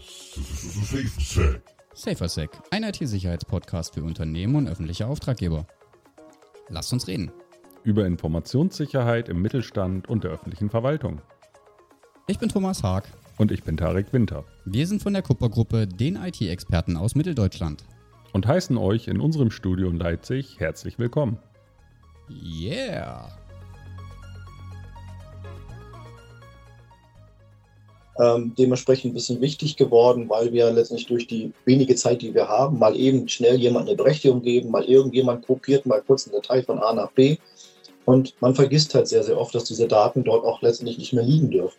SaferSec. SaferSec, ein IT-Sicherheitspodcast für Unternehmen und öffentliche Auftraggeber. Lasst uns reden. Über Informationssicherheit im Mittelstand und der öffentlichen Verwaltung. Ich bin Thomas Haag. Und ich bin Tarek Winter. Wir sind von der Kupper-Gruppe, den IT-Experten aus Mitteldeutschland. Und heißen euch in unserem Studio in Leipzig herzlich willkommen. Yeah! Dementsprechend ein bisschen wichtig geworden, weil wir letztendlich durch die wenige Zeit, die wir haben, mal eben schnell jemand eine Berechtigung geben, mal irgendjemand kopiert mal kurz eine Datei von A nach B. Und man vergisst halt sehr, sehr oft, dass diese Daten dort auch letztendlich nicht mehr liegen dürfen.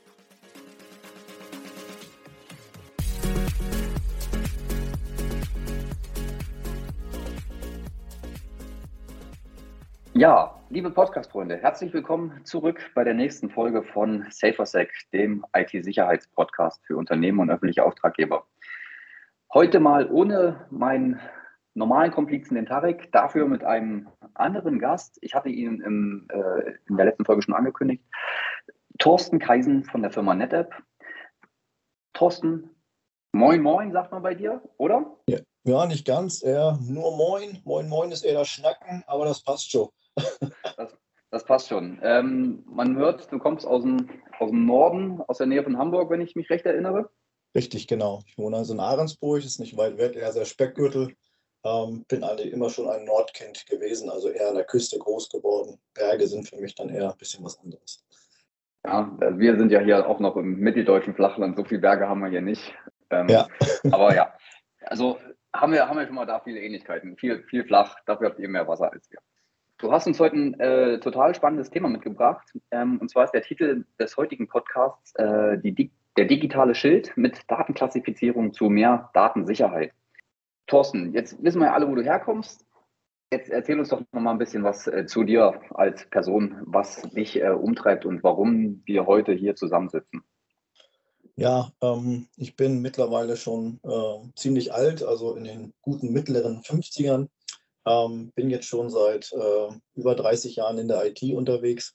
Ja, liebe Podcast-Freunde, herzlich willkommen zurück bei der nächsten Folge von SaferSec, dem IT-Sicherheitspodcast für Unternehmen und öffentliche Auftraggeber. Heute mal ohne meinen normalen Komplizen, den Tarek, dafür mit einem anderen Gast. Ich hatte ihn in der letzten Folge schon angekündigt. Thorsten Kaisen von der Firma NetApp. Thorsten, moin moin, sagt man bei dir, oder? Ja, nicht ganz, eher nur moin. Moin moin ist eher das Schnacken, aber das passt schon. Das passt schon. Man hört, du kommst aus dem Norden, aus der Nähe von Hamburg, wenn ich mich recht erinnere. Richtig, genau. Ich wohne also in Ahrensburg, ist nicht weit weg, eher sehr Speckgürtel. Bin eigentlich immer schon ein Nordkind gewesen, also eher an der Küste groß geworden. Berge sind für mich dann eher ein bisschen was anderes. Ja, wir sind ja hier auch noch im mitteldeutschen Flachland, so viele Berge haben wir hier nicht. Ja. Aber ja, also haben wir schon mal da viele Ähnlichkeiten. Viel flach, dafür habt ihr mehr Wasser als wir. Du hast uns heute ein total spannendes Thema mitgebracht. Und zwar ist der Titel des heutigen Podcasts der digitale Schild mit Datenklassifizierung zu mehr Datensicherheit. Thorsten, jetzt wissen wir ja alle, wo du herkommst. Jetzt erzähl uns doch noch mal ein bisschen was zu dir als Person, was dich umtreibt und warum wir heute hier zusammensitzen. Ja, ich bin mittlerweile schon ziemlich alt, also in den guten mittleren 50ern. Bin jetzt schon seit über 30 Jahren in der IT unterwegs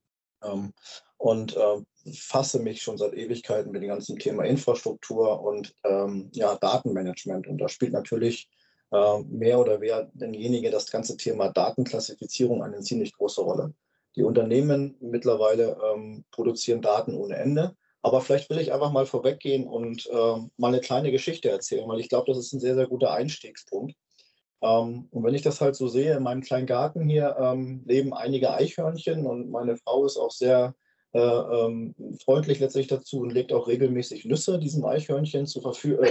und fasse mich schon seit Ewigkeiten mit dem ganzen Thema Infrastruktur und Datenmanagement. Und da spielt natürlich mehr oder weniger derjenige das ganze Thema Datenklassifizierung eine ziemlich große Rolle. Die Unternehmen mittlerweile produzieren Daten ohne Ende. Aber vielleicht will ich einfach mal vorweggehen und mal eine kleine Geschichte erzählen, weil ich glaube, das ist ein sehr, sehr guter Einstiegspunkt. Und wenn ich das halt so sehe, in meinem kleinen Garten hier leben einige Eichhörnchen und meine Frau ist auch sehr freundlich letztlich dazu und legt auch regelmäßig Nüsse diesem Eichhörnchen zur Verfügung.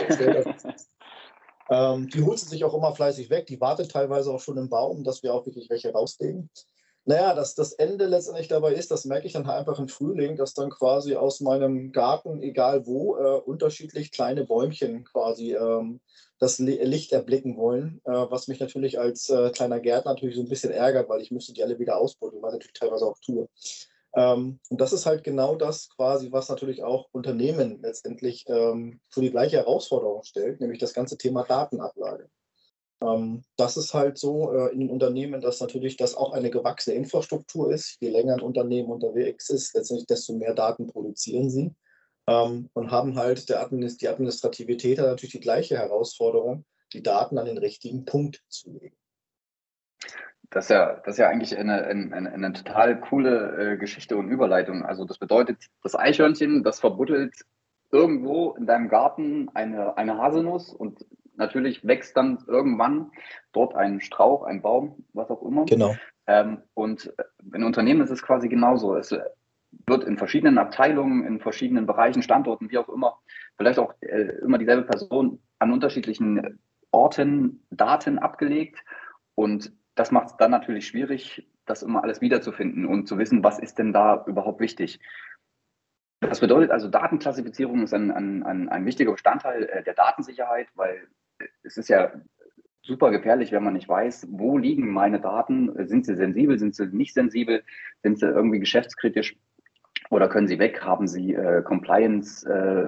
Die holt sie sich auch immer fleißig weg, die wartet teilweise auch schon im Baum, dass wir auch wirklich welche rauslegen. Naja, das Ende letztendlich dabei ist, das merke ich dann einfach im Frühling, dass dann quasi aus meinem Garten, egal wo, unterschiedlich kleine Bäumchen quasi das Licht erblicken wollen, was mich natürlich als kleiner Gärtner natürlich so ein bisschen ärgert, weil ich müsste die alle wieder ausbuddeln, was ich natürlich teilweise auch tue. Und das ist halt genau das quasi, was natürlich auch Unternehmen letztendlich für die gleiche Herausforderung stellt, nämlich das ganze Thema Datenablage. Das ist halt so in den Unternehmen, dass natürlich das auch eine gewachsene Infrastruktur ist. Je länger ein Unternehmen unterwegs ist, letztendlich desto mehr Daten produzieren sie und haben halt die Administrativität hat natürlich die gleiche Herausforderung, die Daten an den richtigen Punkt zu legen. Das ist ja eigentlich eine total coole Geschichte und Überleitung. Also das bedeutet, das Eichhörnchen, das verbuddelt irgendwo in deinem Garten eine Haselnuss und natürlich wächst dann irgendwann dort ein Strauch, ein Baum, was auch immer. Genau. Und in Unternehmen ist es quasi genauso. Es wird in verschiedenen Abteilungen, in verschiedenen Bereichen, Standorten, wie auch immer, vielleicht auch immer dieselbe Person an unterschiedlichen Orten Daten abgelegt. Und das macht es dann natürlich schwierig, das immer alles wiederzufinden und zu wissen, was ist denn da überhaupt wichtig. Das bedeutet also, Datenklassifizierung ist ein wichtiger Bestandteil der Datensicherheit, weil es ist ja super gefährlich, wenn man nicht weiß, wo liegen meine Daten, sind sie sensibel, sind sie nicht sensibel, sind sie irgendwie geschäftskritisch oder können sie weg, haben sie Compliance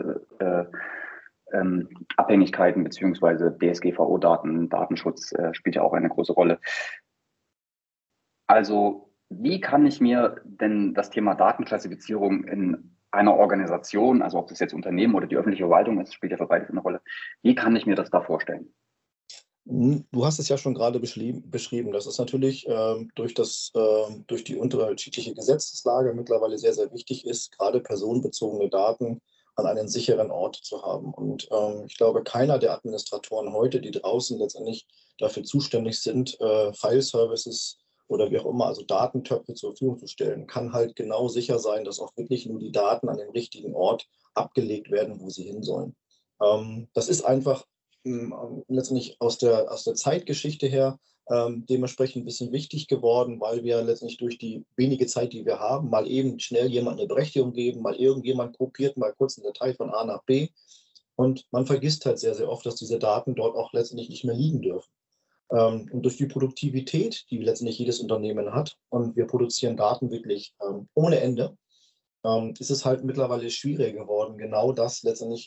Abhängigkeiten beziehungsweise DSGVO-Daten, Datenschutz spielt ja auch eine große Rolle. Also wie kann ich mir denn das Thema Datenklassifizierung in einer Organisation, also ob das jetzt Unternehmen oder die öffentliche Verwaltung ist, spielt ja für beides eine Rolle. Wie kann ich mir das da vorstellen? Du hast es ja schon gerade beschrieben. Das ist natürlich durch die unterschiedliche Gesetzeslage mittlerweile sehr, sehr wichtig ist, gerade personenbezogene Daten an einen sicheren Ort zu haben. Und ich glaube, keiner der Administratoren heute, die draußen letztendlich dafür zuständig sind, File-Services oder wie auch immer, also Datentöpfe zur Verfügung zu stellen, kann halt genau sicher sein, dass auch wirklich nur die Daten an dem richtigen Ort abgelegt werden, wo sie hin sollen. Das ist einfach letztendlich aus der Zeitgeschichte her dementsprechend ein bisschen wichtig geworden, weil wir letztendlich durch die wenige Zeit, die wir haben, mal eben schnell jemand eine Berechtigung geben, mal irgendjemand kopiert mal kurz eine Datei von A nach B. Und man vergisst halt sehr, sehr oft, dass diese Daten dort auch letztendlich nicht mehr liegen dürfen. Und durch die Produktivität, die letztendlich jedes Unternehmen hat, und wir produzieren Daten wirklich ohne Ende, ist es halt mittlerweile schwieriger geworden, genau das letztendlich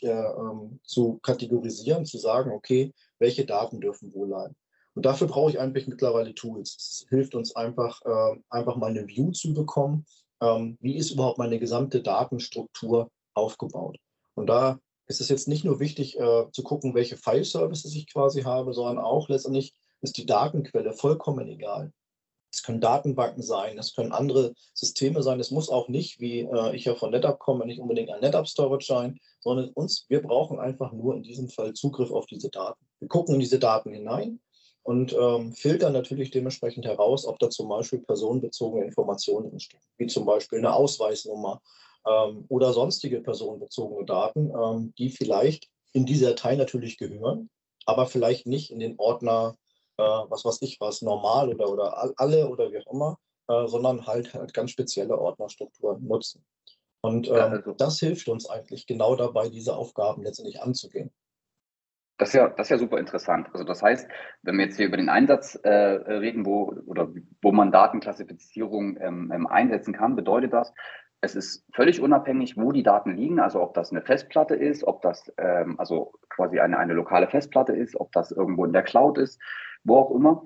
zu kategorisieren, zu sagen, okay, welche Daten dürfen wo bleiben. Und dafür brauche ich eigentlich mittlerweile Tools. Es hilft uns einfach mal eine View zu bekommen, wie ist überhaupt meine gesamte Datenstruktur aufgebaut. Und da ist es jetzt nicht nur wichtig zu gucken, welche File-Services ich quasi habe, sondern auch letztendlich ist die Datenquelle vollkommen egal. Es können Datenbanken sein, es können andere Systeme sein. Es muss auch nicht, wie ich ja von NetApp komme, nicht unbedingt ein NetApp Storage sein, sondern wir brauchen einfach nur in diesem Fall Zugriff auf diese Daten. Wir gucken in diese Daten hinein und filtern natürlich dementsprechend heraus, ob da zum Beispiel personenbezogene Informationen drinstecken, wie zum Beispiel eine Ausweisnummer oder sonstige personenbezogene Daten, die vielleicht in diese Datei natürlich gehören, aber vielleicht nicht in den Ordner was weiß ich was, normal oder alle oder wie auch immer, sondern halt ganz spezielle Ordnerstrukturen nutzen. Und Also das hilft uns eigentlich genau dabei, diese Aufgaben letztendlich anzugehen. das ist ja super interessant. Also das heißt, wenn wir jetzt hier über den Einsatz reden, wo man Datenklassifizierung einsetzen kann, bedeutet das, es ist völlig unabhängig, wo die Daten liegen, also ob das eine Festplatte ist, ob das also quasi eine lokale Festplatte ist, ob das irgendwo in der Cloud ist, wo auch immer,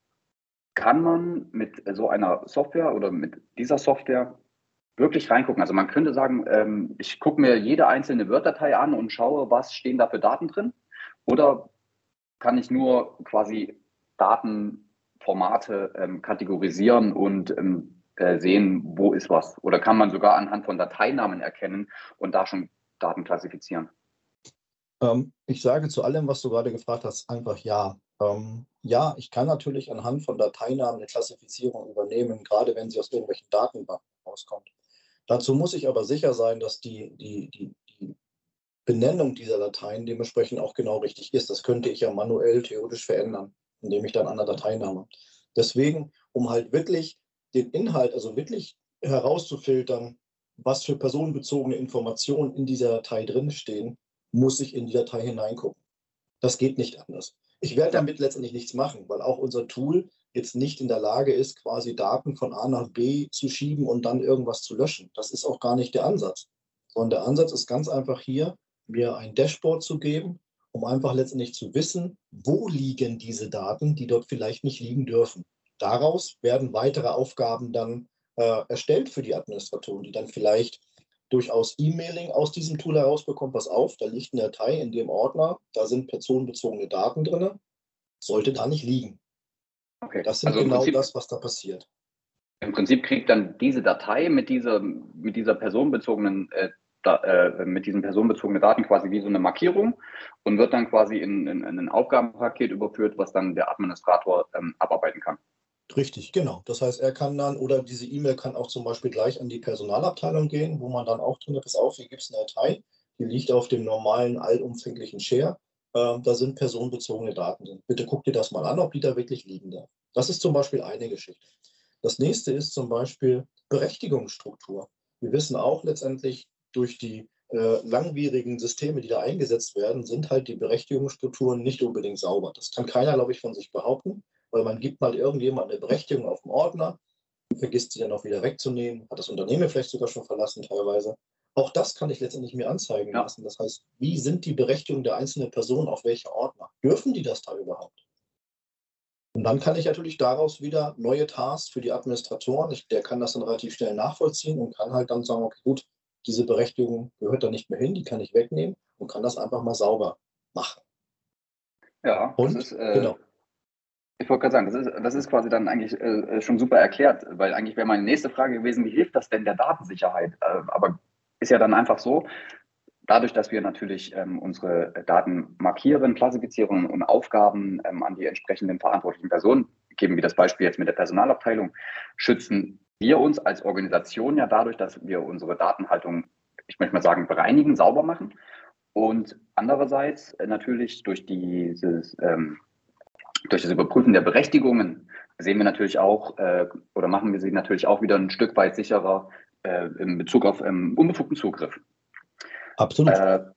kann man mit so einer Software oder mit dieser Software wirklich reingucken. Also man könnte sagen, ich gucke mir jede einzelne Word-Datei an und schaue, was stehen da für Daten drin. Oder kann ich nur quasi Datenformate kategorisieren und sehen, wo ist was? Oder kann man sogar anhand von Dateinamen erkennen und da schon Daten klassifizieren? Ich sage zu allem, was du gerade gefragt hast, einfach ja. Ja, ich kann natürlich anhand von Dateinamen eine Klassifizierung übernehmen, gerade wenn sie aus irgendwelchen Datenbanken rauskommt. Dazu muss ich aber sicher sein, dass die Benennung dieser Dateien dementsprechend auch genau richtig ist. Das könnte ich ja manuell theoretisch verändern, indem ich dann eine Dateiname. Deswegen, um halt wirklich den Inhalt, also wirklich herauszufiltern, was für personenbezogene Informationen in dieser Datei drinstehen, muss ich in die Datei hineingucken. Das geht nicht anders. Ich werde damit letztendlich nichts machen, weil auch unser Tool jetzt nicht in der Lage ist, quasi Daten von A nach B zu schieben und dann irgendwas zu löschen. Das ist auch gar nicht der Ansatz. Sondern der Ansatz ist ganz einfach hier, mir ein Dashboard zu geben, um einfach letztendlich zu wissen, wo liegen diese Daten, die dort vielleicht nicht liegen dürfen. Daraus werden weitere Aufgaben dann erstellt für die Administratoren, die dann vielleicht durchaus E-Mailing aus diesem Tool herausbekommt. Pass auf, da liegt eine Datei in dem Ordner, da sind personenbezogene Daten drin, sollte da nicht liegen. Okay. Das sind Also genau das, was da passiert. im Prinzip kriegt dann diese Datei mit dieser personenbezogenen mit diesen personenbezogenen Daten quasi wie so eine Markierung und wird dann quasi in ein Aufgabenpaket überführt, was dann der Administrator abarbeiten kann. Richtig, genau. Das heißt, er kann dann, oder diese E-Mail kann auch zum Beispiel gleich an die Personalabteilung gehen, wo man dann auch drin hat, pass auf, hier gibt es eine Datei, die liegt auf dem normalen, allumfänglichen Share. Da sind personenbezogene Daten drin. Bitte guck dir das mal an, ob die da wirklich liegen darf. Das ist zum Beispiel eine Geschichte. Das nächste ist zum Beispiel Berechtigungsstruktur. Wir wissen auch letztendlich durch die langwierigen Systeme, die da eingesetzt werden, sind halt die Berechtigungsstrukturen nicht unbedingt sauber. Das kann keiner, glaube ich, von sich behaupten, weil man gibt mal irgendjemand eine Berechtigung auf dem Ordner und vergisst sie dann auch wieder wegzunehmen, hat das Unternehmen vielleicht sogar schon verlassen teilweise. Auch das kann ich letztendlich mir anzeigen Ja. lassen. Das heißt, wie sind die Berechtigungen der einzelnen Personen auf welcher Ordner? Dürfen die das da überhaupt? Und dann kann ich natürlich daraus wieder neue Tasks für die Administratoren, der kann das dann relativ schnell nachvollziehen und kann halt dann sagen, okay, gut, diese Berechtigung gehört da nicht mehr hin, die kann ich wegnehmen und kann das einfach mal sauber machen. Ja, das Und ist, genau, ich wollte gerade sagen, das ist quasi dann eigentlich schon super erklärt, weil eigentlich wäre meine nächste Frage gewesen, wie hilft das denn der Datensicherheit? Aber ist ja dann einfach so, dadurch, dass wir natürlich unsere Daten markieren, klassifizieren und Aufgaben an die entsprechenden verantwortlichen Personen geben, wie das Beispiel jetzt mit der Personalabteilung, schützen wir uns als Organisation ja dadurch, dass wir unsere Datenhaltung, ich möchte mal sagen, bereinigen, sauber machen. Und andererseits natürlich durch das Überprüfen der Berechtigungen sehen wir natürlich auch oder machen wir sie natürlich auch wieder ein Stück weit sicherer in Bezug auf unbefugten Zugriff. absolut.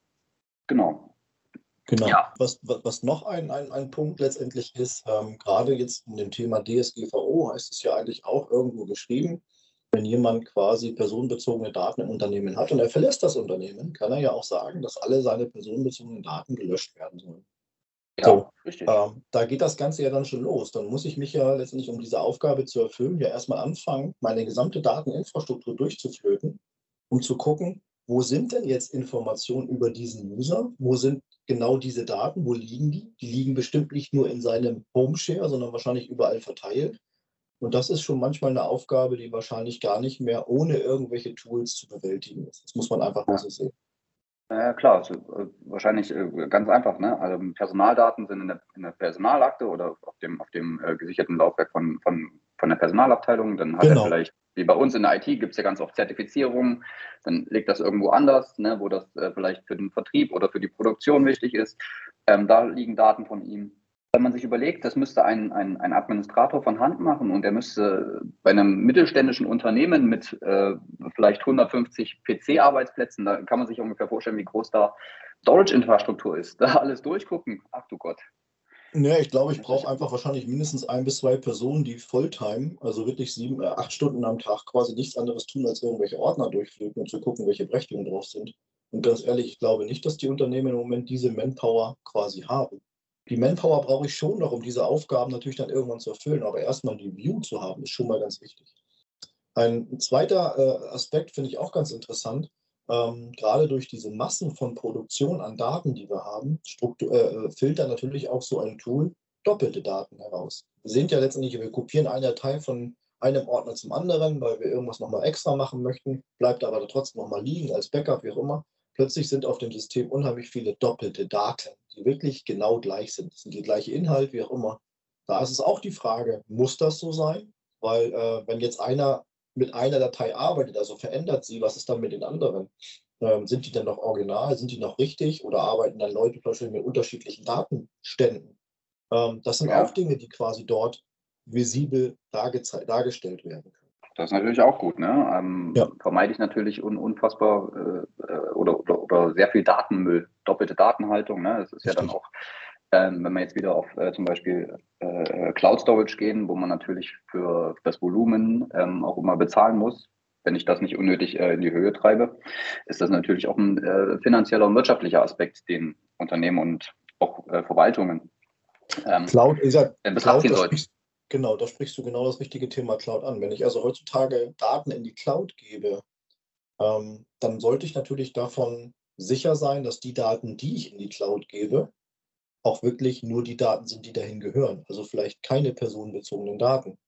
Genau. Genau. Ja. Was noch ein Punkt letztendlich ist, gerade jetzt in dem Thema DSGVO heißt es ja eigentlich auch irgendwo geschrieben, wenn jemand quasi personenbezogene Daten im Unternehmen hat und er verlässt das Unternehmen, kann er ja auch sagen, dass alle seine personenbezogenen Daten gelöscht werden sollen. Ja, So, richtig. da geht das Ganze ja dann schon los. Dann muss ich mich ja letztendlich, um diese Aufgabe zu erfüllen, ja erstmal anfangen, meine gesamte Dateninfrastruktur durchzuflöten, um zu gucken, wo sind denn jetzt Informationen über diesen User? Wo sind genau diese Daten? Wo liegen die? Die liegen bestimmt nicht nur in seinem Home-Share, sondern wahrscheinlich überall verteilt. Und das ist schon manchmal eine Aufgabe, die wahrscheinlich gar nicht mehr ohne irgendwelche Tools zu bewältigen ist. Das muss man einfach mal so sehen. Klar, also, wahrscheinlich ganz einfach. Ne? Also Personaldaten sind in der Personalakte oder auf dem gesicherten Laufwerk von der Personalabteilung. Dann hat er Genau. vielleicht, wie bei uns in der IT, gibt es ja ganz oft Zertifizierungen. Dann liegt das irgendwo anders, ne, wo das vielleicht für den Vertrieb oder für die Produktion wichtig ist. Da liegen Daten von ihm. Wenn man sich überlegt, das müsste ein Administrator von Hand machen und der müsste bei einem mittelständischen Unternehmen mit vielleicht 150 PC-Arbeitsplätzen, da kann man sich ungefähr vorstellen, wie groß da Storage-Infrastruktur ist. Da alles durchgucken. Ach du Gott. Ja, ich glaube, ich brauche einfach wahrscheinlich mindestens 1 bis 2 Personen, die Fulltime, also wirklich 7, 8 Stunden am Tag quasi nichts anderes tun, als irgendwelche Ordner durchflügen und zu gucken, welche Berechtigungen drauf sind. Und ganz ehrlich, ich glaube nicht, dass die Unternehmen im Moment diese Manpower quasi haben. Die Manpower brauche ich schon noch, um diese Aufgaben natürlich dann irgendwann zu erfüllen, aber erstmal die View zu haben, ist schon mal ganz wichtig. Ein zweiter Aspekt finde ich auch ganz interessant. Gerade durch diese Massen von Produktion an Daten, die wir haben, filtert natürlich auch so ein Tool doppelte Daten heraus. Wir sehen ja letztendlich, wir kopieren eine Datei von einem Ordner zum anderen, weil wir irgendwas nochmal extra machen möchten, bleibt aber trotzdem nochmal liegen als Backup, wie auch immer. Plötzlich sind auf dem System unheimlich viele doppelte Daten, die wirklich genau gleich sind. Das sind die gleiche Inhalt, wie auch immer. Da ist es auch die Frage, muss das so sein? Weil wenn jetzt einer mit einer Datei arbeitet, also verändert sie, was ist dann mit den anderen? Sind die dann noch original, sind die noch richtig oder arbeiten dann Leute beispielsweise mit unterschiedlichen Datenständen? Das sind auch Ja, Dinge, die quasi dort visibel dargestellt werden können. das ist natürlich auch gut. Ne? Ja, Vermeide ich natürlich unfassbar oder sehr viel Datenmüll, doppelte Datenhaltung. Ne? Das ist ja dann richtig. auch, wenn wir jetzt wieder auf zum Beispiel Cloud Storage gehen, wo man natürlich für das Volumen auch immer bezahlen muss, wenn ich das nicht unnötig in die Höhe treibe, ist das natürlich auch ein finanzieller und wirtschaftlicher Aspekt, den Unternehmen und auch Verwaltungen Cloud, wie gesagt, in Betracht Cloud, ziehen sollten. da sprichst du genau das richtige Thema Cloud an. Wenn ich also heutzutage Daten in die Cloud gebe, dann sollte ich natürlich davon sicher sein, dass die Daten, die ich in die Cloud gebe, auch wirklich nur die Daten sind, die dahin gehören. Also vielleicht keine personenbezogenen Daten.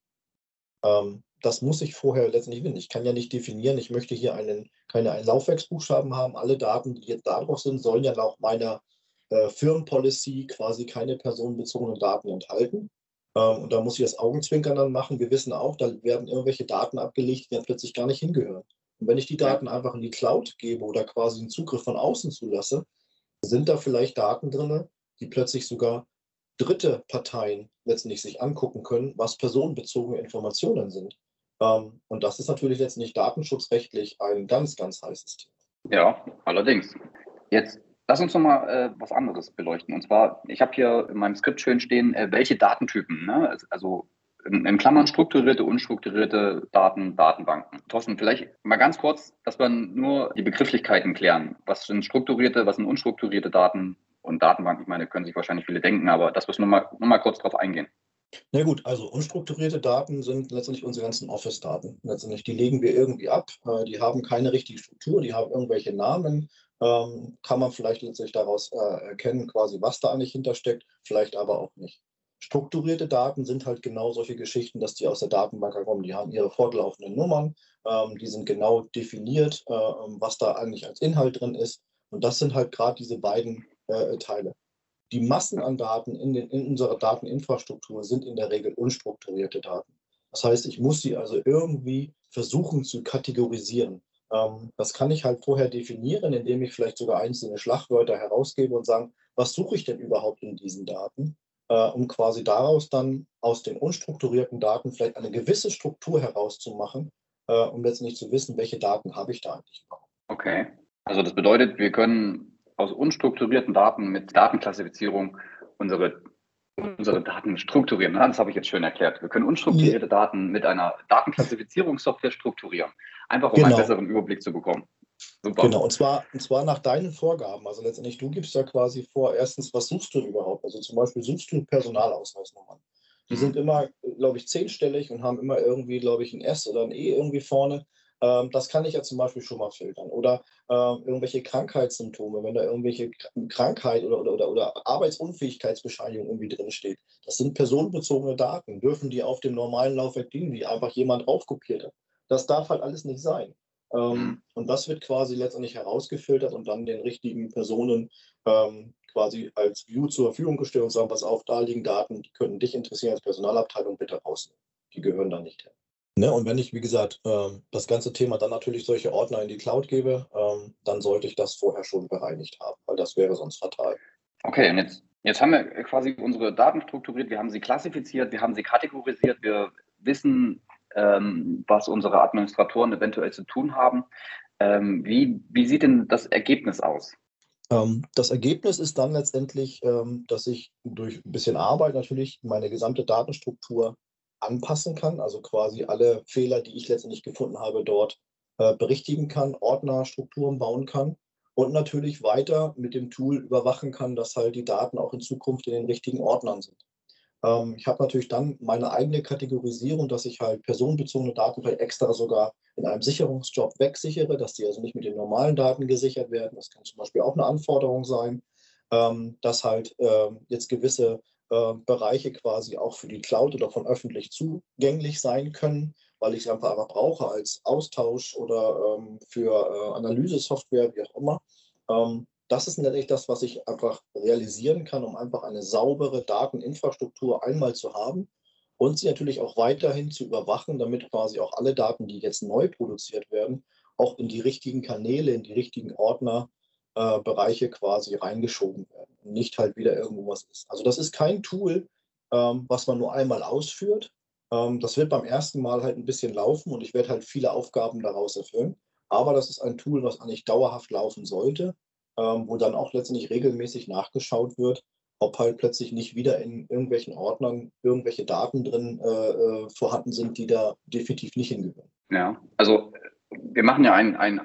Das muss ich vorher letztendlich wissen. Ich kann ja nicht definieren, ich möchte hier einen Laufwerksbuchstaben haben. Alle Daten, die jetzt da drauf sind, sollen ja laut meiner Firmenpolicy quasi keine personenbezogenen Daten enthalten. Und da muss ich das Augenzwinkern dann machen. Wir wissen auch, da werden irgendwelche Daten abgelegt, die dann plötzlich gar nicht hingehören. Und wenn ich die Ja. Daten einfach in die Cloud gebe oder quasi einen Zugriff von außen zulasse, sind da vielleicht Daten drin, die plötzlich sogar dritte Parteien letztendlich sich angucken können, was personenbezogene Informationen sind. Und das ist natürlich letztendlich datenschutzrechtlich ein ganz, ganz heißes Thema. Ja, allerdings. Jetzt lass uns noch mal was anderes beleuchten. Und zwar, ich habe hier in meinem Skript schön stehen, welche Datentypen, ne? Also in Klammern strukturierte, unstrukturierte Daten, Datenbanken. Thorsten, vielleicht mal ganz kurz, dass wir nur die Begrifflichkeiten klären. Was sind strukturierte, was sind unstrukturierte Daten und Datenbanken? Ich meine, können sich wahrscheinlich viele denken, aber dass wir es nur mal kurz drauf eingehen. Na gut, also unstrukturierte Daten sind letztendlich unsere ganzen Office-Daten. Letztendlich, die legen wir irgendwie ab. Die haben keine richtige Struktur, die haben irgendwelche Namen. Kann man vielleicht letztendlich daraus erkennen, quasi, was da eigentlich hintersteckt, vielleicht aber auch nicht. Strukturierte Daten sind halt genau solche Geschichten, dass die aus der Datenbank kommen. Die haben ihre fortlaufenden Nummern, die sind genau definiert, was da eigentlich als Inhalt drin ist. Und das sind halt gerade diese beiden Teile. Die Massen an Daten in unserer Dateninfrastruktur sind in der Regel unstrukturierte Daten. Das heißt, ich muss sie also irgendwie versuchen zu kategorisieren. Das kann ich halt vorher definieren, indem ich vielleicht sogar einzelne Schlagwörter herausgebe und sagen, was suche ich denn überhaupt in diesen Daten, um quasi daraus dann aus den unstrukturierten Daten vielleicht eine gewisse Struktur herauszumachen, um letztendlich zu wissen, welche Daten habe ich da eigentlich überhaupt. Okay. Also das bedeutet, wir können aus unstrukturierten Daten mit Datenklassifizierung unsere Daten strukturieren. Das habe ich jetzt schön erklärt. Wir können unstrukturierte Daten mit einer Datenklassifizierungssoftware strukturieren. Einfach um einen Genau. besseren Überblick zu bekommen. Super. Genau, und zwar nach deinen Vorgaben. Also letztendlich, du gibst ja quasi vor, erstens, was suchst du überhaupt? Also zum Beispiel suchst du Personalausweisnummern. Die sind immer, glaube ich, 10-stellig und haben immer irgendwie, glaube ich, ein S oder ein E irgendwie vorne. Das kann ich ja zum Beispiel schon mal filtern. Oder irgendwelche Krankheitssymptome, wenn da irgendwelche Krankheit oder Arbeitsunfähigkeitsbescheinigung irgendwie drin steht. Das sind personenbezogene Daten. Dürfen die auf dem normalen Laufwerk liegen, die einfach jemand draufkopiert hat? Das darf halt alles nicht sein. Und das wird quasi letztendlich herausgefiltert und dann den richtigen Personen quasi als View zur Verfügung gestellt und sagen, pass auf, da liegen Daten, die könnten dich interessieren als Personalabteilung, bitte rausnehmen. Die gehören da nicht hin. Ne? Und wenn ich, wie gesagt, das ganze Thema dann natürlich solche Ordner in die Cloud gebe, dann sollte ich das vorher schon bereinigt haben, weil das wäre sonst fatal. Okay, und jetzt haben wir quasi unsere Daten strukturiert, wir haben sie klassifiziert, wir haben sie kategorisiert, wir wissen, was unsere Administratoren eventuell zu tun haben. Wie sieht denn das Ergebnis aus? Das Ergebnis ist dann letztendlich, dass ich durch ein bisschen Arbeit natürlich meine gesamte Datenstruktur anpassen kann, also quasi alle Fehler, die ich letztendlich gefunden habe, dort berichtigen kann, Ordnerstrukturen bauen kann und natürlich weiter mit dem Tool überwachen kann, dass halt die Daten auch in Zukunft in den richtigen Ordnern sind. Ich habe natürlich dann meine eigene Kategorisierung, dass ich halt personenbezogene Daten vielleicht extra sogar in einem Sicherungsjob wegsichere, dass die also nicht mit den normalen Daten gesichert werden. Das kann zum Beispiel auch eine Anforderung sein, dass halt jetzt gewisse Bereiche quasi auch für die Cloud oder von öffentlich zugänglich sein können, weil ich es einfach brauche als Austausch oder für Analysesoftware, wie auch immer. Das ist letztendlich das, was ich einfach realisieren kann, um einfach eine saubere Dateninfrastruktur einmal zu haben und sie natürlich auch weiterhin zu überwachen, damit quasi auch alle Daten, die jetzt neu produziert werden, auch in die richtigen Kanäle, in die richtigen Ordnerbereiche quasi reingeschoben werden und nicht halt wieder irgendwo was ist. Also das ist kein Tool, was man nur einmal ausführt. Das wird beim ersten Mal halt ein bisschen laufen und ich werde halt viele Aufgaben daraus erfüllen. Aber das ist ein Tool, was eigentlich dauerhaft laufen sollte, wo dann auch letztendlich regelmäßig nachgeschaut wird, ob halt plötzlich nicht wieder in irgendwelchen Ordnern irgendwelche Daten drin vorhanden sind, die da definitiv nicht hingehören. Ja, also wir machen ja einen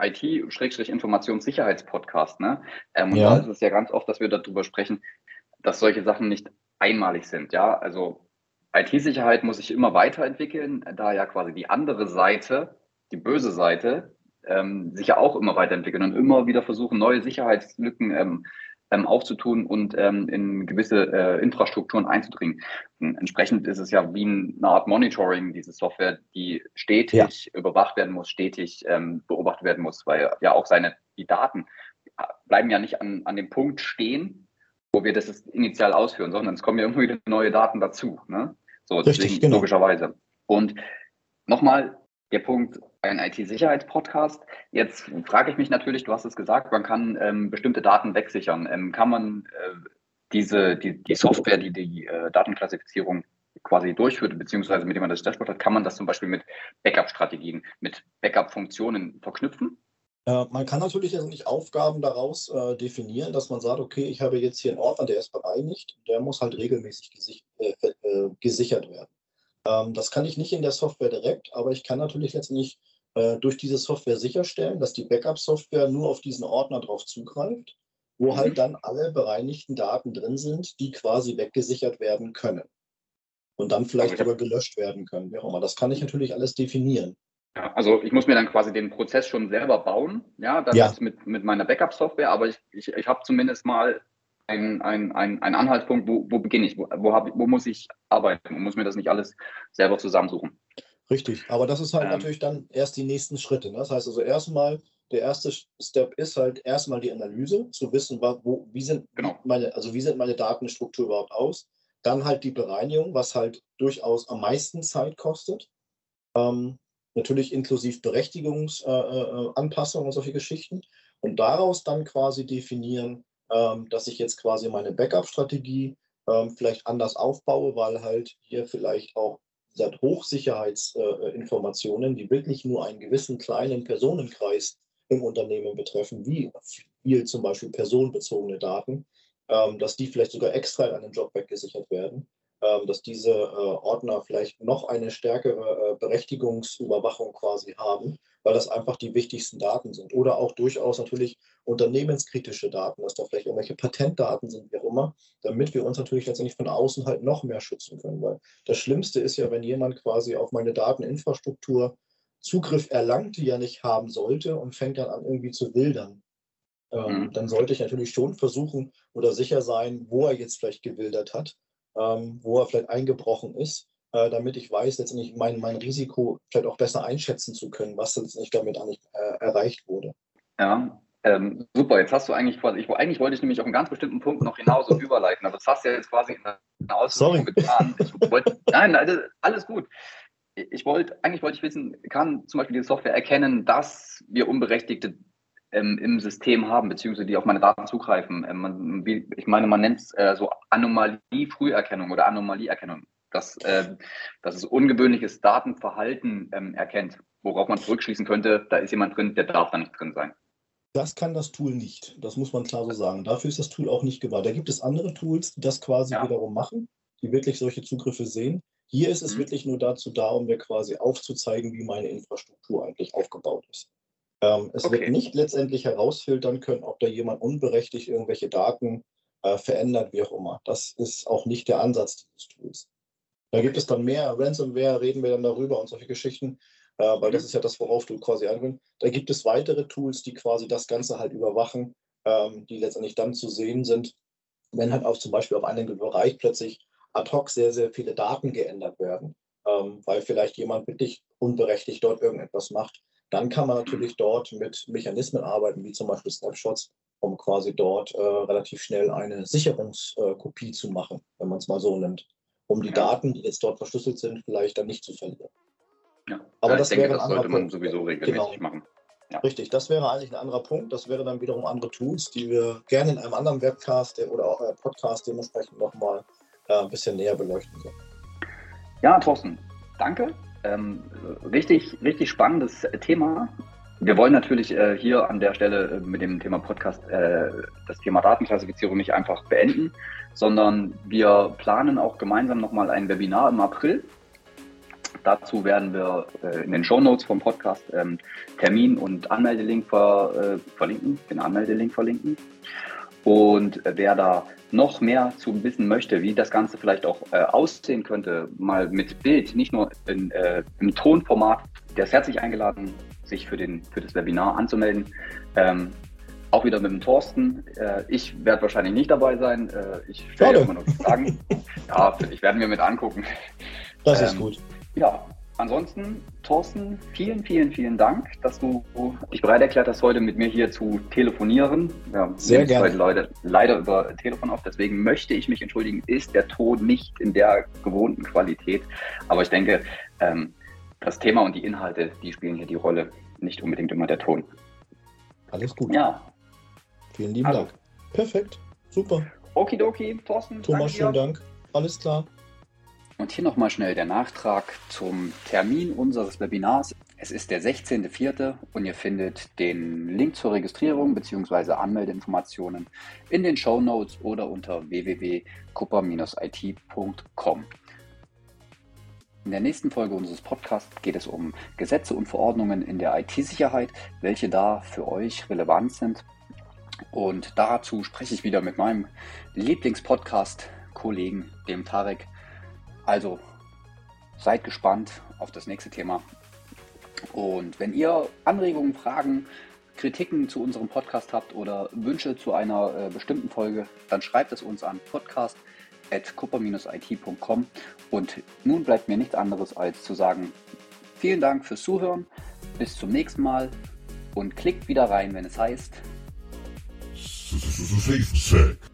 IT-Informationssicherheitspodcast, ne? Und da ist es ja ganz oft, dass wir darüber sprechen, dass solche Sachen nicht einmalig sind, ja. Also IT-Sicherheit muss sich immer weiterentwickeln, da ja quasi die andere Seite, die böse Seite, sich ja auch immer weiterentwickeln und immer wieder versuchen, neue Sicherheitslücken aufzutun und in gewisse Infrastrukturen einzudringen. Und entsprechend ist es ja wie eine Art Monitoring, diese Software, die stetig überwacht werden muss, stetig beobachtet werden muss, weil ja auch die Daten bleiben ja nicht an dem Punkt stehen, wo wir das initial ausführen, sondern es kommen ja immer wieder neue Daten dazu. Ne? So, deswegen Richtig, genau. logischerweise. Und nochmal der Punkt, ein IT-Sicherheitspodcast. Jetzt frage ich mich natürlich, du hast es gesagt, man kann bestimmte Daten wegsichern. Kann man die Software, die Datenklassifizierung quasi durchführt, beziehungsweise mit dem man das Dashboard hat, kann man das zum Beispiel mit Backup-Strategien, mit Backup-Funktionen verknüpfen? Man kann natürlich also nicht Aufgaben daraus definieren, dass man sagt, okay, ich habe jetzt hier einen Ordner, der ist bereinigt, der muss halt regelmäßig gesichert werden. Das kann ich nicht in der Software direkt, aber ich kann natürlich letztendlich durch diese Software sicherstellen, dass die Backup-Software nur auf diesen Ordner drauf zugreift, wo halt dann alle bereinigten Daten drin sind, die quasi weggesichert werden können. und dann vielleicht sogar gelöscht werden können, wie auch immer. Das kann ich natürlich alles definieren. Ja, also ich muss mir dann quasi den Prozess schon selber bauen, ja, dann jetzt mit meiner Backup-Software, aber ich habe zumindest mal einen Anhaltspunkt, wo beginne ich, wo muss ich arbeiten und muss mir das nicht alles selber zusammensuchen. Richtig, aber das ist halt natürlich dann erst die nächsten Schritte. Ne? Das heißt also erstmal, der erste Step ist halt erstmal die Analyse, zu wissen, wie sind meine Datenstruktur überhaupt aus. Dann halt die Bereinigung, was halt durchaus am meisten Zeit kostet. Natürlich inklusive Berechtigungsanpassungen und solche Geschichten. Und daraus dann quasi definieren, dass ich jetzt quasi meine Backup-Strategie vielleicht anders aufbaue, weil halt hier vielleicht auch Hochsicherheitsinformationen, die wirklich nur einen gewissen kleinen Personenkreis im Unternehmen betreffen, wie viel zum Beispiel personenbezogene Daten, dass die vielleicht sogar extra in einem Job weggesichert werden, dass diese Ordner vielleicht noch eine stärkere Berechtigungsüberwachung quasi haben, weil das einfach die wichtigsten Daten sind. Oder auch durchaus natürlich unternehmenskritische Daten, dass da vielleicht irgendwelche Patentdaten sind, wie auch immer, damit wir uns natürlich letztendlich von außen halt noch mehr schützen können. Weil das Schlimmste ist ja, wenn jemand quasi auf meine Dateninfrastruktur Zugriff erlangt, die er nicht haben sollte und fängt dann an irgendwie zu wildern. Dann sollte ich natürlich schon versuchen oder sicher sein, wo er jetzt vielleicht gewildert hat, wo er vielleicht eingebrochen ist, damit ich weiß, letztendlich mein Risiko vielleicht auch besser einschätzen zu können, was letztendlich damit eigentlich erreicht wurde. Ja, super. Jetzt hast du eigentlich wollte ich nämlich auf einen ganz bestimmten Punkt noch hinaus und überleiten, aber das hast du ja jetzt quasi in der Ausführung getan. Nein, alles gut. Eigentlich wollte ich wissen, kann zum Beispiel die Software erkennen, dass wir Unberechtigte im System haben, beziehungsweise die auf meine Daten zugreifen. Man nennt es so Anomalie-Früherkennung oder Anomalieerkennung, dass es ungewöhnliches Datenverhalten erkennt, worauf man zurückschließen könnte, da ist jemand drin, der darf da nicht drin sein. Das kann das Tool nicht, das muss man klar so sagen. Dafür ist das Tool auch nicht gewahrt. Da gibt es andere Tools, die das quasi wiederum machen, die wirklich solche Zugriffe sehen. Hier ist es wirklich nur dazu da, um mir quasi aufzuzeigen, wie meine Infrastruktur eigentlich aufgebaut ist. Es wird nicht letztendlich herausfiltern können, ob da jemand unberechtigt irgendwelche Daten verändert, wie auch immer. Das ist auch nicht der Ansatz dieses Tools. Da gibt es dann mehr Ransomware, reden wir dann darüber und solche Geschichten, weil das ist ja das, worauf du quasi anwendest. Da gibt es weitere Tools, die quasi das Ganze halt überwachen, die letztendlich dann zu sehen sind, wenn halt auch zum Beispiel auf einem Bereich plötzlich ad hoc sehr, sehr viele Daten geändert werden, weil vielleicht jemand wirklich unberechtigt dort irgendetwas macht. Dann kann man natürlich dort mit Mechanismen arbeiten, wie zum Beispiel Snapshots, um quasi dort relativ schnell eine Sicherungskopie zu machen, wenn man es mal so nimmt, um die Daten, die jetzt dort verschlüsselt sind, vielleicht dann nicht zu verlieren. Ja, aber das sollte man sowieso regelmäßig machen. Ja. Richtig, das wäre eigentlich ein anderer Punkt. Das wäre dann wiederum andere Tools, die wir gerne in einem anderen Webcast oder auch Podcast dementsprechend nochmal ein bisschen näher beleuchten können. Ja, Thorsten, danke. Richtig, richtig spannendes Thema. Wir wollen natürlich hier an der Stelle mit dem Thema Podcast das Thema Datenklassifizierung nicht einfach beenden, sondern wir planen auch gemeinsam nochmal ein Webinar im April. Dazu werden wir in den Shownotes vom Podcast Termin und Anmeldelink verlinken, den Anmeldelink verlinken. Und wer da noch mehr zu wissen möchte, wie das Ganze vielleicht auch aussehen könnte, mal mit Bild, nicht nur im Tonformat, der ist herzlich eingeladen, sich für das Webinar anzumelden. Auch wieder mit dem Thorsten. Ich werde wahrscheinlich nicht dabei sein. Ich stelle immer noch Fragen. Ja, ich werde mir mit angucken. Das ist gut. Ja, ansonsten, Thorsten, vielen, vielen, vielen Dank, dass du dich bereit erklärt hast, heute mit mir hier zu telefonieren. Ja, sehr gerne. Heute Leute leider über Telefon auf, deswegen möchte ich mich entschuldigen, ist der Ton nicht in der gewohnten Qualität. Aber ich denke, das Thema und die Inhalte, die spielen hier die Rolle, nicht unbedingt immer der Ton. Alles gut. Ja. Vielen lieben Dank. Perfekt, super. Okidoki, Thorsten. Thomas, schönen Dank. Alles klar. Und hier nochmal schnell der Nachtrag zum Termin unseres Webinars. Es ist der 16.04. und ihr findet den Link zur Registrierung bzw. Anmeldeinformationen in den Shownotes oder unter www.kupper-it.com. In der nächsten Folge unseres Podcasts geht es um Gesetze und Verordnungen in der IT-Sicherheit, welche da für euch relevant sind. Und dazu spreche ich wieder mit meinem Lieblingspodcast-Kollegen, dem Tarek. Also seid gespannt auf das nächste Thema. Und wenn ihr Anregungen, Fragen, Kritiken zu unserem Podcast habt oder Wünsche zu einer bestimmten Folge, dann schreibt es uns an podcast@kupper-it.com. Und nun bleibt mir nichts anderes als zu sagen, vielen Dank fürs Zuhören, bis zum nächsten Mal und klickt wieder rein, wenn es heißt Safe Check.